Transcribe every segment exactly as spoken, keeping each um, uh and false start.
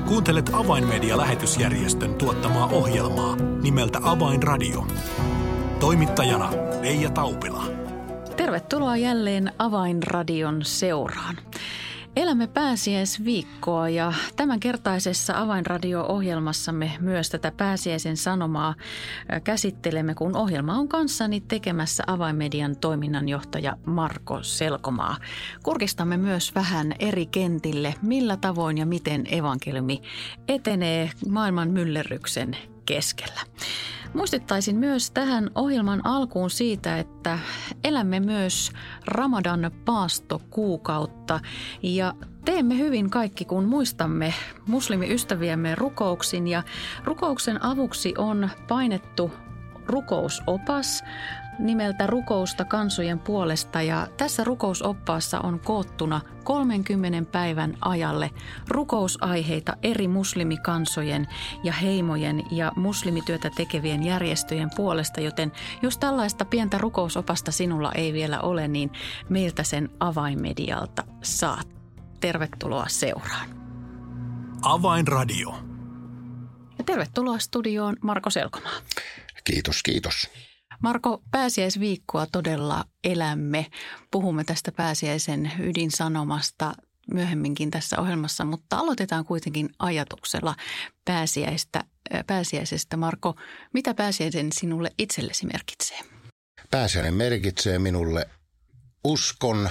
Kuuntelet Avainmedia-lähetysjärjestön tuottamaa ohjelmaa nimeltä Avainradio. Toimittajana Leija Taupila. Tervetuloa jälleen Avainradion seuraan. Elämme pääsiäisviikkoa ja tämänkertaisessa Avainradio-ohjelmassamme myös tätä pääsiäisen sanomaa käsittelemme, kun ohjelma on kanssani tekemässä Avainmedian toiminnanjohtaja Marko Selkomaa. Kurkistamme myös vähän eri kentille, millä tavoin ja miten evankeliumi etenee maailman myllerryksen keskellä. Muistuttaisin myös tähän ohjelman alkuun siitä, että elämme myös Ramadan paastokuukautta ja teemme hyvin kaikki, kun muistamme muslimiystäviämme rukouksin. Ja rukouksen avuksi on painettu rukousopas nimeltä Rukousta kansojen puolesta, ja tässä rukousoppaassa on koottuna kolmenkymmenen päivän ajalle rukousaiheita eri muslimikansojen ja heimojen ja muslimityötä tekevien järjestöjen puolesta, joten jos tällaista pientä rukousopasta sinulla ei vielä ole, niin meiltä sen Avainmedialta saat. Tervetuloa seuraan. Avainradio. Ja tervetuloa studioon Marko Selkomaa. Kiitos, kiitos. Marko, pääsiäisviikkoa todella elämme. Puhumme tästä pääsiäisen ydinsanomasta myöhemminkin tässä ohjelmassa, mutta aloitetaan kuitenkin ajatuksella pääsiäistä, pääsiäisestä. Marko, mitä pääsiäisen sinulle itsellesi merkitsee? Pääsiäinen merkitsee minulle uskon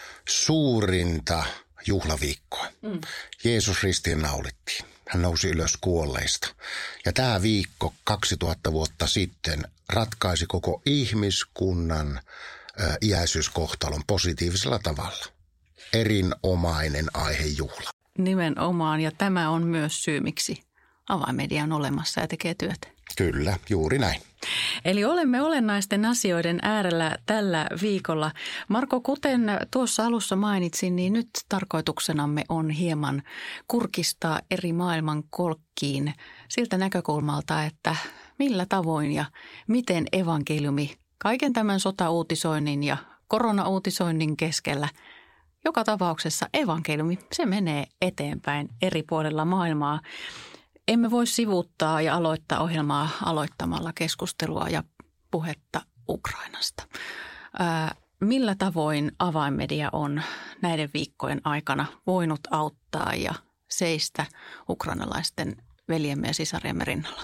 suurinta juhlaviikkoa. Mm. Jeesus ristiin naulittiin. Hän nousi ylös kuolleista. Ja tämä viikko kaksituhatta vuotta sitten ratkaisi koko ihmiskunnan ä, iäisyyskohtalon positiivisella tavalla. Erinomainen aihejuhla. Nimenomaan, ja tämä on myös syy, miksi Avainmedia on olemassa ja tekee työtä. Kyllä, juuri näin. Eli olemme olennaisten asioiden äärellä tällä viikolla. Marko, kuten tuossa alussa mainitsin, niin nyt tarkoituksenamme on hieman kurkistaa eri maailman kolkkiin siltä näkökulmalta, että millä tavoin ja miten evankeliumi kaiken tämän sotauutisoinnin ja koronauutisoinnin keskellä, joka tapauksessa evankeliumi, se menee eteenpäin eri puolilla maailmaa. Emme voi sivuuttaa ja aloittaa ohjelmaa aloittamalla keskustelua ja puhetta Ukrainasta. Ää, millä tavoin Avainmedia on näiden viikkojen aikana voinut auttaa ja seistä ukrainalaisten veljemme ja sisariemme rinnalla?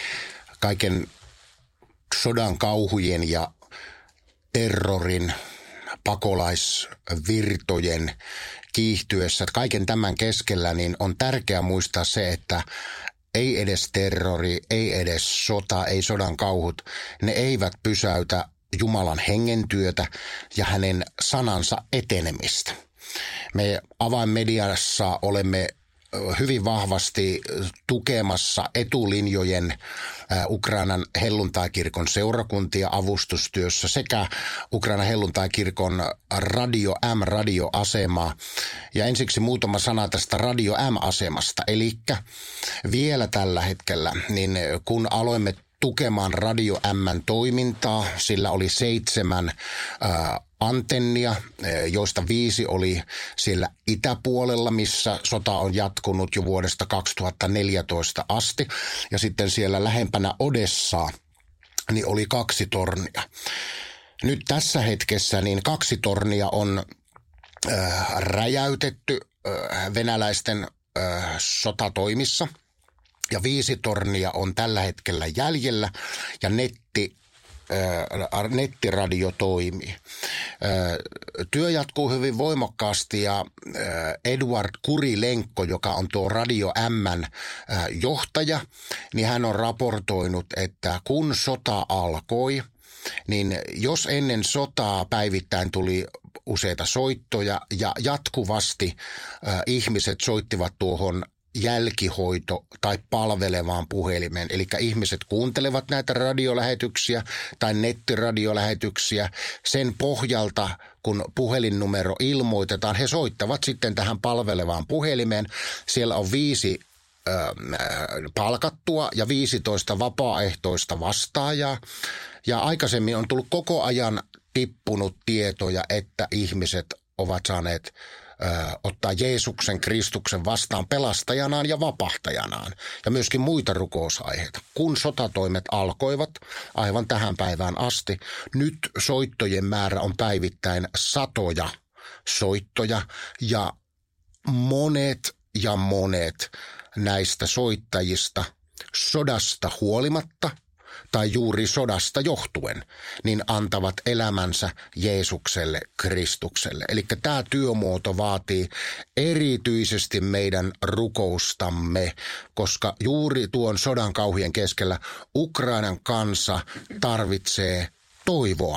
Kaiken sodan kauhujen ja terrorin, pakolaisvirtojen kiihtyessä, kaiken tämän keskellä, niin on tärkeää muistaa se, että ei edes terrori, ei edes sota, ei sodan kauhut, ne eivät pysäytä Jumalan hengen työtä ja hänen sanansa etenemistä. Me Avainmediassa olemme hyvin vahvasti tukemassa etulinjojen Ukrainan helluntaikirkon seurakuntia avustustyössä sekä Ukrainan helluntaikirkon Radio M-radioasemaa. Ja ensiksi muutama sana tästä Radio M-asemasta. Eli vielä tällä hetkellä, niin kun aloimme tukemaan Radio M:n toimintaa, sillä oli seitsemän ää, antennia, joista viisi oli siellä itäpuolella, missä sota on jatkunut jo vuodesta kaksituhattaneljätoista asti. Ja sitten siellä lähempänä Odessaa niin oli kaksi tornia. Nyt tässä hetkessä niin kaksi tornia on äh, räjäytetty äh, venäläisten äh, sotatoimissa. Ja viisi tornia on tällä hetkellä jäljellä ja netti, ää, nettiradio toimii. Ää, työ jatkuu hyvin voimakkaasti ja ää, Edward Kurilenko, joka on tuo Radio M:n ää, johtaja, niin hän on raportoinut, että kun sota alkoi, niin jos ennen sotaa päivittäin tuli useita soittoja ja jatkuvasti ää, ihmiset soittivat tuohon jälkihoito- tai palvelevaan puhelimeen. Eli ihmiset kuuntelevat näitä radiolähetyksiä tai nettiradiolähetyksiä. Sen pohjalta, kun puhelinnumero ilmoitetaan, he soittavat sitten tähän palvelevaan puhelimeen. Siellä on viisi ö, palkattua ja viisitoista vapaaehtoista vastaajaa. Ja aikaisemmin on tullut koko ajan tippunut tietoja, että ihmiset ovat saaneet ö, ottaa Jeesuksen Kristuksen vastaan pelastajanaan ja vapahtajanaan. Ja myöskin muita rukousaiheita. Kun sotatoimet alkoivat aivan tähän päivään asti, nyt soittojen määrä on päivittäin satoja soittoja ja monet ja monet näistä soittajista sodasta huolimatta tai juuri sodasta johtuen, niin antavat elämänsä Jeesukselle, Kristukselle. Eli tämä työmuoto vaatii erityisesti meidän rukoustamme, koska juuri tuon sodan kauhien keskellä Ukrainan kansa tarvitsee toivoa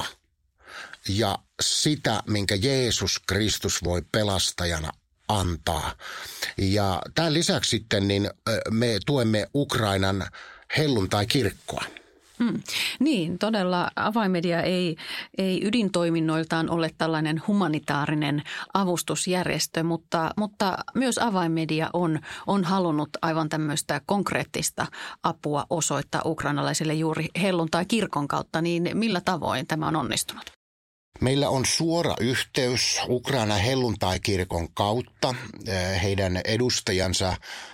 ja sitä, minkä Jeesus Kristus voi pelastajana antaa. Ja tämän lisäksi sitten niin me tuemme Ukrainan helluntai-kirkkoa. Mm. Niin, todella Avainmedia ei, ei ydintoiminnoiltaan ole tällainen humanitaarinen avustusjärjestö, mutta, mutta myös Avainmedia on, on halunnut aivan tämmöistä konkreettista apua osoittaa ukrainalaisille juuri helluntai-kirkon kautta. Niin millä tavoin tämä on onnistunut? Meillä on suora yhteys Ukrainan helluntai-kirkon kautta. Heidän edustajansa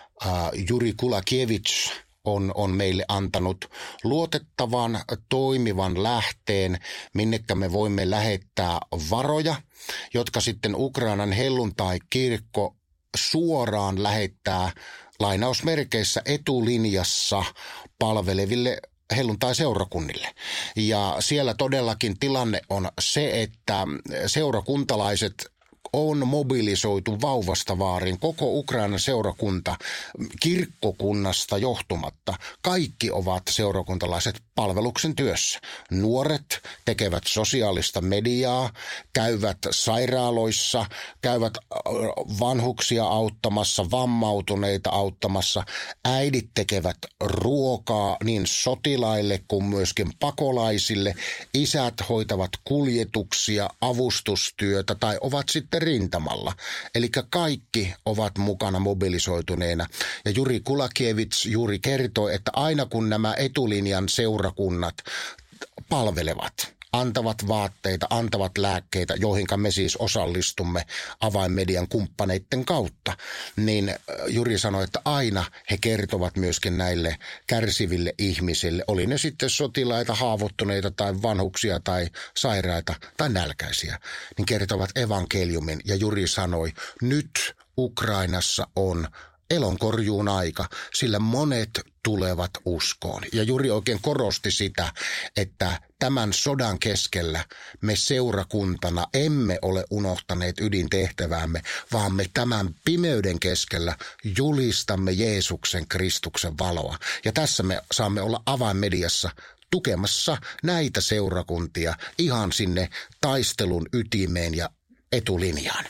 Juri Kulakiewicz on, on meille antanut luotettavan, toimivan lähteen, minnekä me voimme lähettää varoja, jotka sitten Ukrainan helluntai-kirkko suoraan lähettää lainausmerkeissä etulinjassa palveleville helluntai-seurakunnille. Ja siellä todellakin tilanne on se, että seurakuntalaiset on mobilisoitu vauvasta vaariin, koko Ukrainan seurakunta kirkkokunnasta johtumatta. Kaikki ovat seurakuntalaiset palveluksen työssä. Nuoret tekevät sosiaalista mediaa, käyvät sairaaloissa, käyvät vanhuksia auttamassa, vammautuneita auttamassa. Äidit tekevät ruokaa niin sotilaille kuin myöskin pakolaisille. Isät hoitavat kuljetuksia, avustustyötä tai ovat sitten rintamalla. Eli kaikki ovat mukana mobilisoituneena. Ja Juri Kulakiewicz juuri kertoi, että aina kun nämä etulinjan seurakunnat palvelevat, antavat vaatteita, antavat lääkkeitä, joihinka me siis osallistumme Avainmedian kumppaneiden kautta, niin Juri sanoi, että aina he kertovat myöskin näille kärsiville ihmisille, oli ne sitten sotilaita, haavoittuneita tai vanhuksia tai sairaita tai nälkäisiä, niin kertovat evankeliumin. Ja Juri sanoi, nyt Ukrainassa on elonkorjuun aika, sillä monet tulevat uskoon. Ja Juri oikein korosti sitä, että tämän sodan keskellä me seurakuntana emme ole unohtaneet ydintehtäväämme, vaan me tämän pimeyden keskellä julistamme Jeesuksen Kristuksen valoa. Ja tässä me saamme olla Avainmediassa tukemassa näitä seurakuntia ihan sinne taistelun ytimeen ja etulinjaan.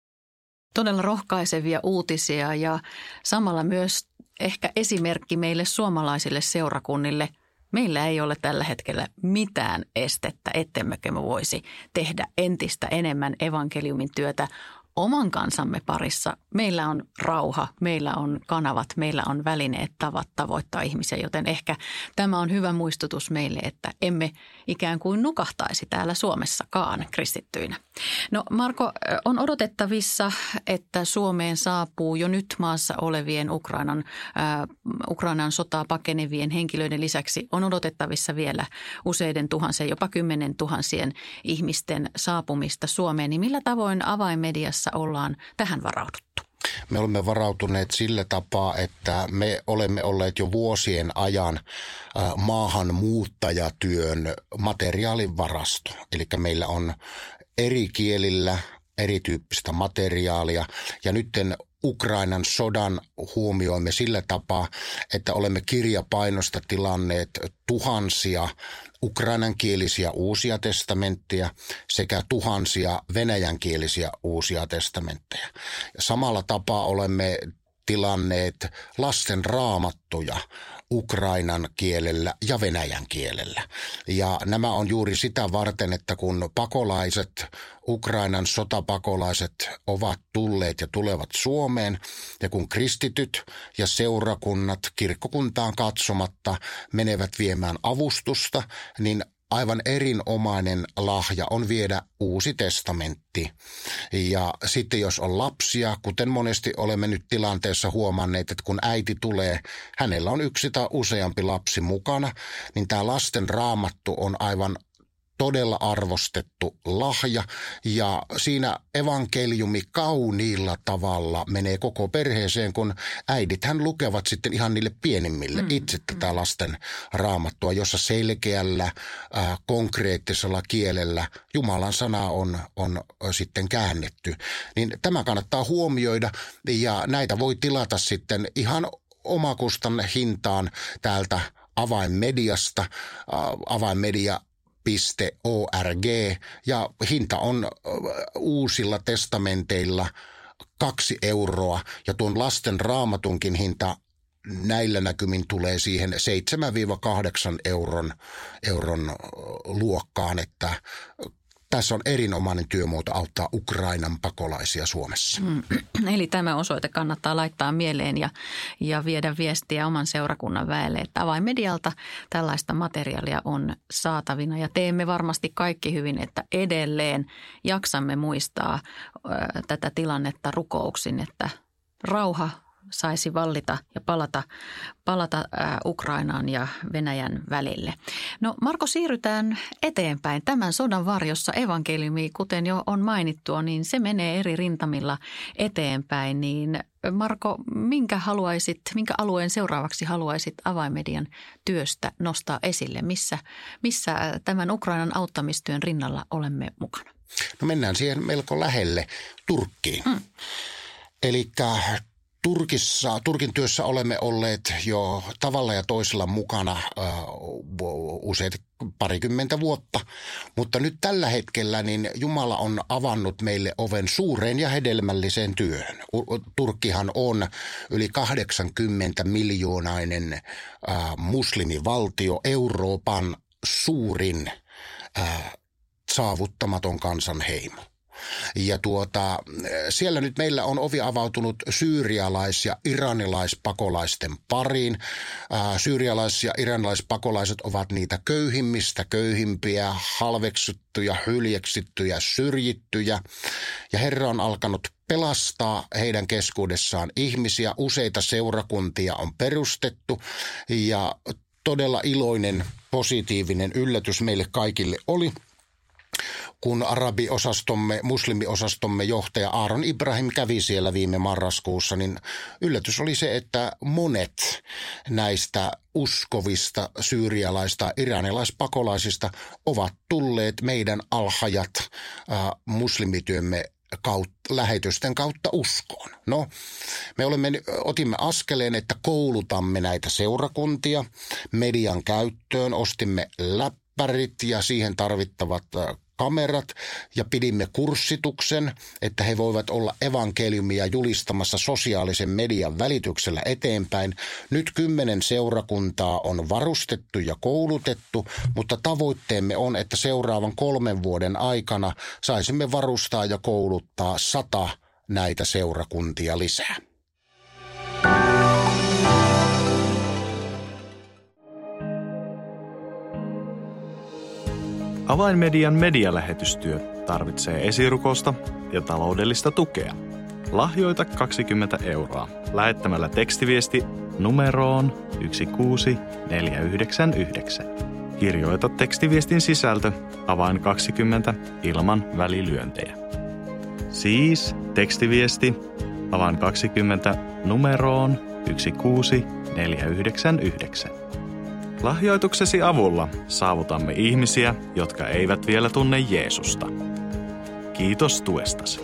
Todella rohkaisevia uutisia ja samalla myös ehkä esimerkki meille suomalaisille seurakunnille. Meillä ei ole tällä hetkellä mitään estettä, ettemmekö me voisi tehdä entistä enemmän evankeliumin työtä oman kansamme parissa. Meillä on rauha, meillä on kanavat, meillä on välineet, tavat tavoittaa ihmisiä, joten ehkä tämä on hyvä muistutus meille, että emme ikään kuin nukahtaisi täällä Suomessakaan kristittyinä. No Marko, on odotettavissa, että Suomeen saapuu jo nyt maassa olevien Ukrainan, äh, Ukrainan sotaa pakenevien henkilöiden lisäksi on odotettavissa vielä useiden tuhansien, jopa kymmenen tuhansien ihmisten saapumista Suomeen. Niin millä tavoin Avainmediassa ollaan tähän varauduttu? Me olemme varautuneet sillä tapaa, että me olemme olleet jo vuosien ajan maahanmuuttajatyön materiaalivarasto. Eli meillä on eri kielillä erityyppistä materiaalia ja nytten Ukrainan sodan huomioimme sillä tapaa, että olemme kirjapainosta tilanneet tuhansia ukrainankielisiä uusia testamentteja sekä tuhansia venäjänkielisiä uusia testamentteja. Samalla tapaa olemme tilanneet lasten raamattuja ukrainan kielellä ja venäjän kielellä. Ja nämä on juuri sitä varten, että kun pakolaiset, Ukrainan sotapakolaiset ovat tulleet ja tulevat Suomeen, ja kun kristityt ja seurakunnat kirkkokuntaan katsomatta menevät viemään avustusta, niin aivan erinomainen lahja on viedä Uusi testamentti. Ja sitten jos on lapsia, kuten monesti olemme nyt tilanteessa huomanneet, että kun äiti tulee, hänellä on yksi tai useampi lapsi mukana, niin tämä lasten raamattu on aivan todella arvostettu lahja ja siinä evankeliumi kauniilla tavalla menee koko perheeseen, kun äidithän lukevat sitten ihan niille pienimmille mm. itse tätä lasten raamattua, jossa selkeällä, äh, konkreettisella kielellä Jumalan sana on, on sitten käännetty. Niin tämä kannattaa huomioida ja näitä voi tilata sitten ihan omakustanne hintaan täältä Avainmediasta, äh, avainmedia .org ja hinta on Uusilla testamenteilla kaksi euroa ja tuon lasten raamatunkin hinta näillä näkymin tulee siihen seitsemän kahdeksan euron, euron luokkaan, että tässä on erinomainen työmuoto auttaa Ukrainan pakolaisia Suomessa. Mm. Eli tämä osoite kannattaa laittaa mieleen ja, ja viedä viestiä oman seurakunnan väelle, että Avainmedialta tällaista materiaalia on saatavina. Ja teemme varmasti kaikki hyvin, että edelleen jaksamme muistaa ö, tätä tilannetta rukouksin, että rauha saisi vallita ja palata, palata ää, Ukrainaan ja Venäjän välille. No Marko, siirrytään eteenpäin. Tämän sodan varjossa evankeliumi, kuten jo on mainittua, niin se menee eri rintamilla eteenpäin. Niin Marko, minkä haluaisit, minkä alueen seuraavaksi haluaisit Avainmedian työstä nostaa esille? Missä, missä tämän Ukrainan auttamistyön rinnalla olemme mukana? No mennään siihen melko lähelle Turkkiin. Mm. Elikkä Turkissa, Turkin työssä olemme olleet jo tavalla ja toisella mukana uh, useat parikymmentä vuotta, mutta nyt tällä hetkellä niin Jumala on avannut meille oven suureen ja hedelmälliseen työhön. Turkkihan on yli kahdeksankymmentä miljoonainen uh, muslimivaltio, Euroopan suurin uh, saavuttamaton kansanheimo. Ja tuota, siellä nyt meillä on ovi avautunut syyrialais- ja iranilaispakolaisten pariin. Ää, syyrialais- ja iranilaispakolaset ovat niitä köyhimmistä köyhimpiä, halveksittuja, hyljeksittyjä, syrjittyjä. Ja Herra on alkanut pelastaa heidän keskuudessaan ihmisiä. Useita seurakuntia on perustettu ja todella iloinen, positiivinen yllätys meille kaikille oli, kun arabiosastomme, muslimiosastomme johtaja Aaron Ibrahim kävi siellä viime marraskuussa, niin yllätys oli se, että monet näistä uskovista syyrialaista iranilaispakolaisista ovat tulleet meidän alhajat äh, muslimityömme kautta, lähetysten kautta uskoon. No, me olemme, otimme askeleen, että koulutamme näitä seurakuntia median käyttöön, ostimme läppärit ja siihen tarvittavat kamerat ja pidimme kurssituksen, että he voivat olla evankeliumia julistamassa sosiaalisen median välityksellä eteenpäin. Nyt kymmenen seurakuntaa on varustettu ja koulutettu, mutta tavoitteemme on, että seuraavan kolmen vuoden aikana saisimme varustaa ja kouluttaa sata näitä seurakuntia lisää. Avainmedian medialähetystyö tarvitsee esirukousta ja taloudellista tukea. Lahjoita kaksikymmentä euroa lähettämällä tekstiviesti numeroon yksi kuusi neljä yhdeksän yhdeksän. Kirjoita tekstiviestin sisältö avain kaksikymmentä ilman välilyöntejä. Siis tekstiviesti avain kaksikymmentä numeroon yksi kuusi neljä yhdeksän yhdeksän. Lahjoituksesi avulla saavutamme ihmisiä, jotka eivät vielä tunne Jeesusta. Kiitos tuestasi.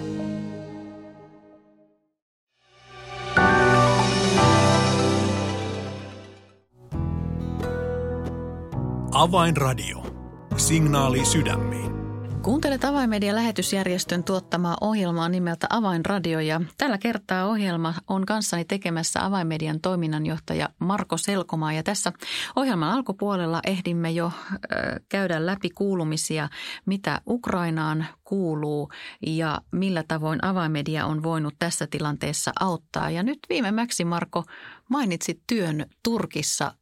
Avainradio. Signaali sydämiin. Kuuntelet Avainmedian lähetysjärjestön tuottamaa ohjelmaa nimeltä Avainradio ja tällä kertaa ohjelma on kanssani tekemässä Avainmedian toiminnanjohtaja Marko Selkomaa. Ja tässä ohjelman alkupuolella ehdimme jo käydä läpi kuulumisia, mitä Ukrainaan kuuluu ja millä tavoin Avainmedia on voinut tässä tilanteessa auttaa. Ja nyt viimemmäksi, Marko, mainitsit työn Turkissa.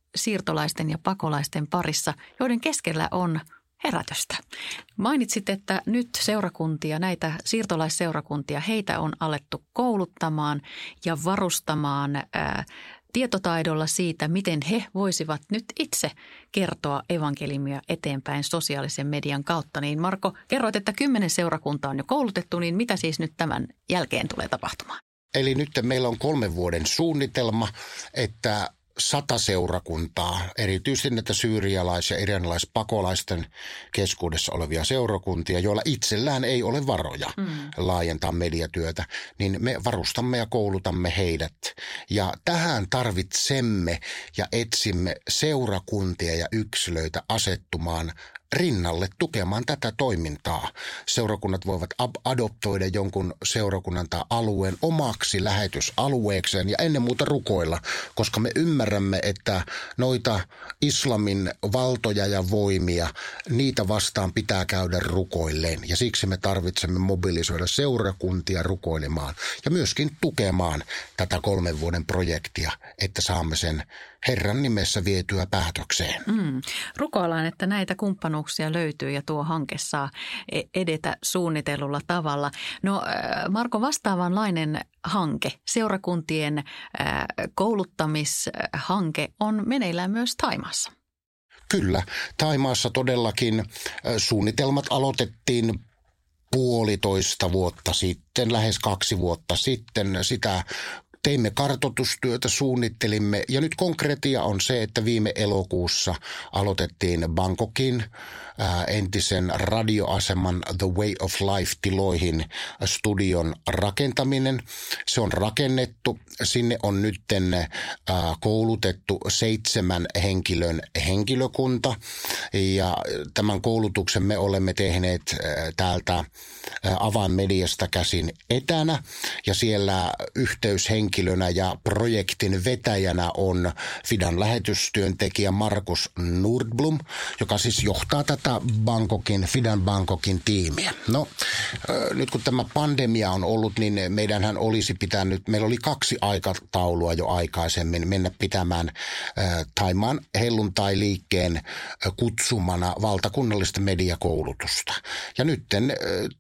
siirtolaisten ja pakolaisten parissa, joiden keskellä on herätystä. Mainitsit, että nyt seurakuntia, näitä siirtolaisseurakuntia, heitä on alettu kouluttamaan ja varustamaan ää, tietotaidolla siitä, miten he voisivat nyt itse kertoa evankeliumia eteenpäin sosiaalisen median kautta. Niin Marko, kerroit, että kymmenen seurakuntaa on jo koulutettu, niin mitä siis nyt tämän jälkeen tulee tapahtumaan? Eli nyt meillä on kolmen vuoden suunnitelma, että sata seurakuntaa, erityisesti näitä syyrialais- ja iranilaispakolaisten keskuudessa olevia seurakuntia, joilla itsellään ei ole varoja mm. laajentaa mediatyötä, niin me varustamme ja koulutamme heidät. Ja tähän tarvitsemme ja etsimme seurakuntia ja yksilöitä asettumaan rinnalle tukemaan tätä toimintaa. Seurakunnat voivat adoptoida jonkun seurakunnan tai alueen omaksi lähetysalueekseen ja ennen muuta rukoilla, koska me ymmärrämme, että noita islamin valtoja ja voimia, niitä vastaan pitää käydä rukoilleen. Ja siksi me tarvitsemme mobilisoida seurakuntia rukoilemaan ja myöskin tukemaan tätä kolmen vuoden projektia, että saamme sen Herran nimessä vietyä päätökseen. Mm. Rukoillaan, että näitä kumppanuuksia löytyy ja tuo hanke saa edetä suunnitellulla tavalla. No Marko, vastaavanlainen hanke, seurakuntien kouluttamishanke on meneillään myös Thaimaassa. Kyllä, Thaimaassa todellakin suunnitelmat aloitettiin puolitoista vuotta sitten, lähes kaksi vuotta sitten. Sitä teimme kartoitustyötä, suunnittelimme ja nyt konkreettia on se, että viime elokuussa aloitettiin Bangkokin ää, entisen radioaseman The Way of Life-tiloihin studion rakentaminen. Se on rakennettu. Sinne on nytten ää, koulutettu seitsemän henkilön henkilökunta ja tämän koulutuksen me olemme tehneet ää, täältä ää, Avainmediasta käsin etänä ja siellä yhteyshenkilö henkilönä ja projektin vetäjänä on Fidan lähetystyöntekijä Markus Nordblom, joka siis johtaa tätä Bangkokin, Fidan Bangkokin tiimiä. No nyt kun tämä pandemia on ollut, niin meidänhän olisi pitänyt, meillä oli kaksi aikataulua jo aikaisemmin mennä pitämään äh, Thaimaan helluntai-liikkeen kutsumana valtakunnallista mediakoulutusta. Ja nytten äh,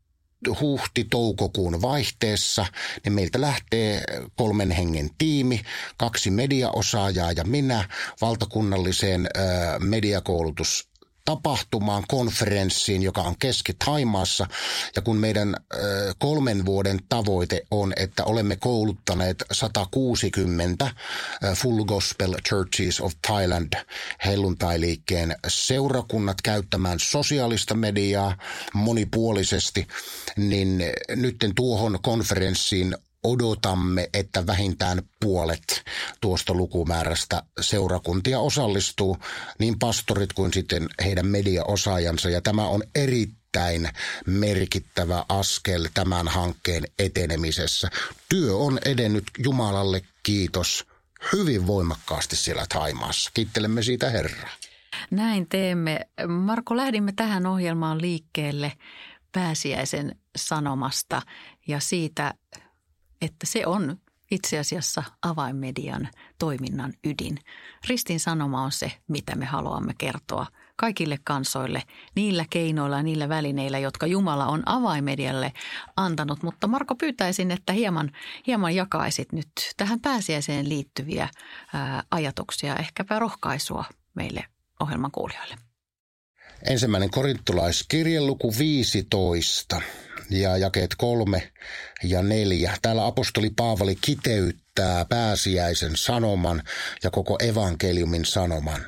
huhti-toukokuun vaihteessa, niin meiltä lähtee kolmen hengen tiimi, kaksi mediaosaajaa ja minä valtakunnalliseen ö, mediakoulutus tapahtumaan, konferenssiin, joka on Keski-Thaimaassa. Ja kun meidän ö, kolmen vuoden tavoite on, että olemme kouluttaneet sata kuusikymmentä ö, Full Gospel Churches of Thailand helluntai-liikkeen seurakunnat käyttämään sosiaalista mediaa monipuolisesti, niin nytten tuohon konferenssiin odotamme, että vähintään puolet tuosta lukumäärästä seurakuntia osallistuu, niin pastorit kuin sitten heidän mediaosaajansa. Ja tämä on erittäin merkittävä askel tämän hankkeen etenemisessä. Työ on edennyt, Jumalalle kiitos, hyvin voimakkaasti siellä Thaimaassa. Kiittelemme siitä Herraa. Näin teemme. Marko, lähdimme tähän ohjelmaan liikkeelle pääsiäisen sanomasta ja siitä, että se on itse asiassa avainmedian toiminnan ydin. Ristin sanoma on se, mitä me haluamme kertoa kaikille kansoille niillä keinoilla ja niillä välineillä, jotka Jumala on avainmedialle antanut. Mutta Marko, pyytäisin, että hieman, hieman jakaisit nyt tähän pääsiäiseen liittyviä ää, ajatuksia, ehkäpä rohkaisua meille ohjelman kuulijoille. Ensimmäinen korintolaiskirje luku viisitoista ja jakeet kolme ja neljä. Täällä apostoli Paavali kiteyttää pääsiäisen sanoman ja koko evankeliumin sanoman.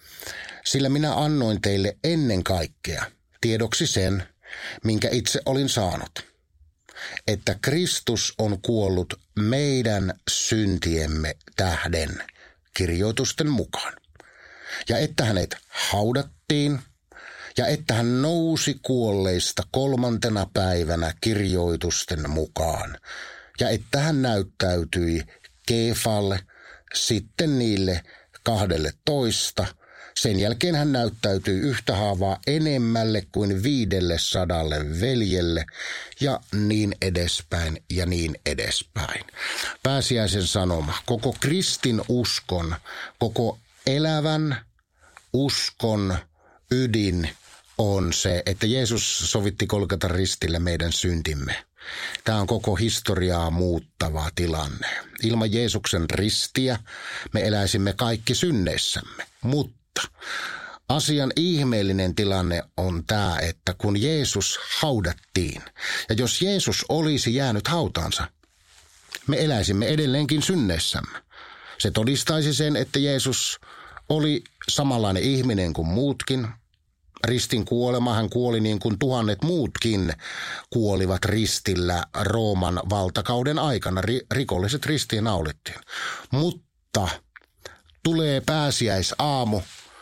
Sillä minä annoin teille ennen kaikkea tiedoksi sen, minkä itse olin saanut, että Kristus on kuollut meidän syntiemme tähden kirjoitusten mukaan, ja että hänet haudattiin, ja että hän nousi kuolleista kolmantena päivänä kirjoitusten mukaan, ja että hän näyttäytyi Keefalle, sitten niille kahdelle toista. Sen jälkeen hän näyttäytyi yhtä haavaa enemmälle kuin viidelle sadalle veljelle, ja niin edespäin ja niin edespäin. Pääsiäisen sanoma, koko kristin uskon, koko elävän uskon ydin on se, että Jeesus sovitti Golgatan ristillä meidän syntimme. Tämä on koko historiaa muuttava tilanne. Ilman Jeesuksen ristiä me eläisimme kaikki synneissämme, mutta asian ihmeellinen tilanne on tämä, että kun Jeesus haudattiin, ja jos Jeesus olisi jäänyt hautaansa, me eläisimme edelleenkin synneissämme. Se todistaisi sen, että Jeesus oli samanlainen ihminen kuin muutkin. Ristin kuolema, hän kuoli niin kuin tuhannet muutkin kuolivat ristillä Rooman valtakauden aikana. Rikolliset ristiin naulittiin. Mutta tulee pääsiäisaamu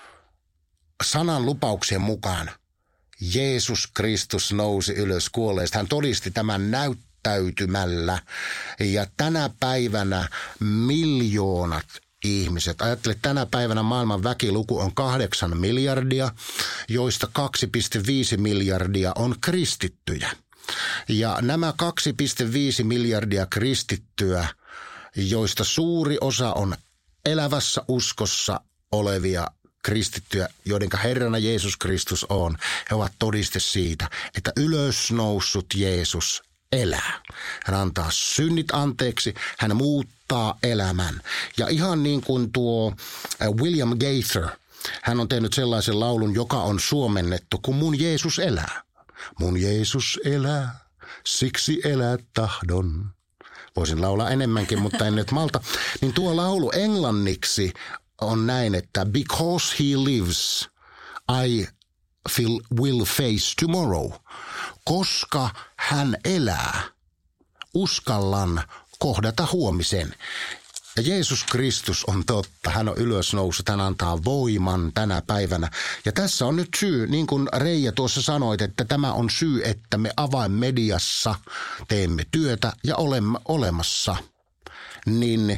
sanan lupauksien mukaan. Jeesus Kristus nousi ylös kuolleista. Hän todisti tämän näyttäytymällä ja tänä päivänä miljoonat ihmiset. Ajattele, tänä päivänä maailman väkiluku on kahdeksan miljardia, joista kaksi pilkku viisi miljardia on kristittyjä. Ja nämä kaksi pilkku viisi miljardia kristittyä, joista suuri osa on elävässä uskossa olevia kristittyjä, joiden Herrana Jeesus Kristus on, he ovat todiste siitä, että ylösnoussut Jeesus elää. Hän antaa synnit anteeksi, hän muuttaa elämän. Ja ihan niin kuin tuo William Gaither, hän on tehnyt sellaisen laulun, joka on suomennettu, kun mun Jeesus elää. Mun Jeesus elää, siksi elää tahdon. Voisin laulaa enemmänkin, mutta en nyt malta. Niin tuo laulu englanniksi on näin, että because he lives, I feel, will face tomorrow. Koska hän elää, uskallan kohdata huomisen. Ja Jeesus Kristus on totta. Hän on ylösnoussut. Hän antaa voiman tänä päivänä. Ja tässä on nyt syy, niin kuin Reija tuossa sanoit, että tämä on syy, että me avainmediassa teemme työtä ja olemme olemassa. Niin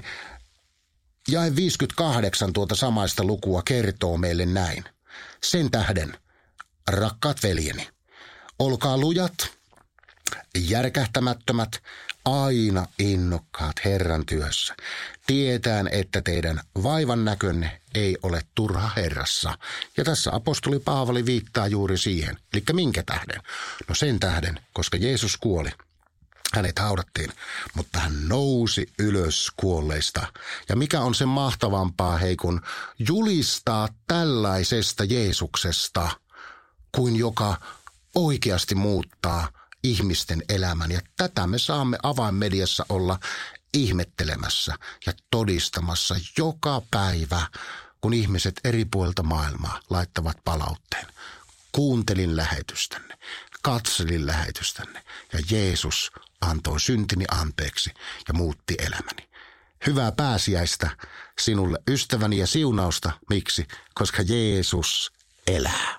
jae viisikymmentäkahdeksan tuota samaista lukua kertoo meille näin. Sen tähden, rakkaat veljeni, olkaa lujat, järkähtämättömät, aina innokkaat Herran työssä, tietäen, että teidän vaivan näkönne ei ole turha Herrassa. Ja tässä apostoli Paavali viittaa juuri siihen. Eli minkä tähden? No sen tähden, koska Jeesus kuoli. Hänet haudattiin, mutta hän nousi ylös kuolleista. Ja mikä on sen mahtavampaa, hei, kun julistaa tällaisesta Jeesuksesta, kuin joka oikeasti muuttaa ihmisten elämän. Ja tätä me saamme avainmediassa olla ihmettelemässä ja todistamassa joka päivä, kun ihmiset eri puolilta maailmaa laittavat palautteen. Kuuntelin lähetystänne, katselin lähetystänne ja Jeesus antoi syntini anteeksi ja muutti elämäni. Hyvää pääsiäistä sinulle ystäväni ja siunausta. Miksi? Koska Jeesus elää.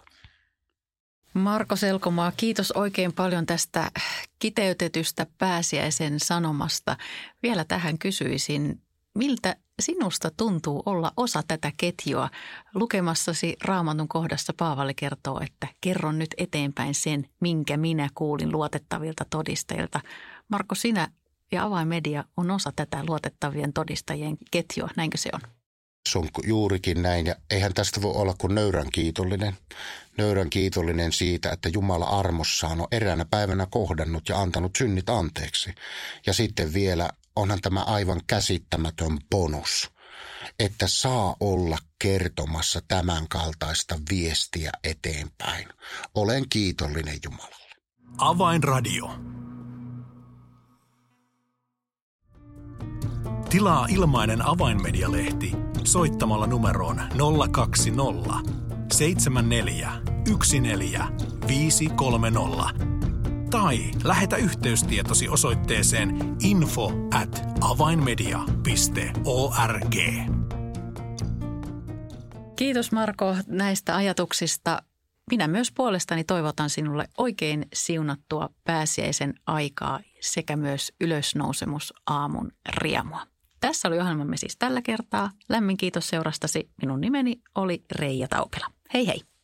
Marko Selkomaa, kiitos oikein paljon tästä kiteytetystä pääsiäisen sanomasta. Vielä tähän kysyisin, miltä sinusta tuntuu olla osa tätä ketjua? Lukemassasi Raamatun kohdassa Paavali kertoo, että kerron nyt eteenpäin sen, minkä minä kuulin luotettavilta todistajilta. Marko, sinä ja Avainmedia on osa tätä luotettavien todistajien ketjua, näinkö se on? Se on juurikin näin, ja eihän tästä voi olla kuin nöyrän kiitollinen. Nöyrän kiitollinen siitä, että Jumala armossaan on eräänä päivänä kohdannut ja antanut synnit anteeksi. Ja sitten vielä onhan tämä aivan käsittämätön bonus, että saa olla kertomassa tämän kaltaista viestiä eteenpäin. Olen kiitollinen Jumalalle. Avainradio. Tilaa ilmainen Avainmedia-lehti soittamalla numeroon nolla kaksi nolla seitsemän neljä yksi neljä viisi kolme nolla tai lähetä yhteystietosi osoitteeseen info at avainmedia piste org. Kiitos Marko näistä ajatuksista. Minä myös puolestani toivotan sinulle oikein siunattua pääsiäisen aikaa sekä myös ylösnousemusaamun riemua. Tässä oli ohjelmamme siis tällä kertaa. Lämmin kiitos seurastasi. Minun nimeni oli Reija Taupila. Hei hei!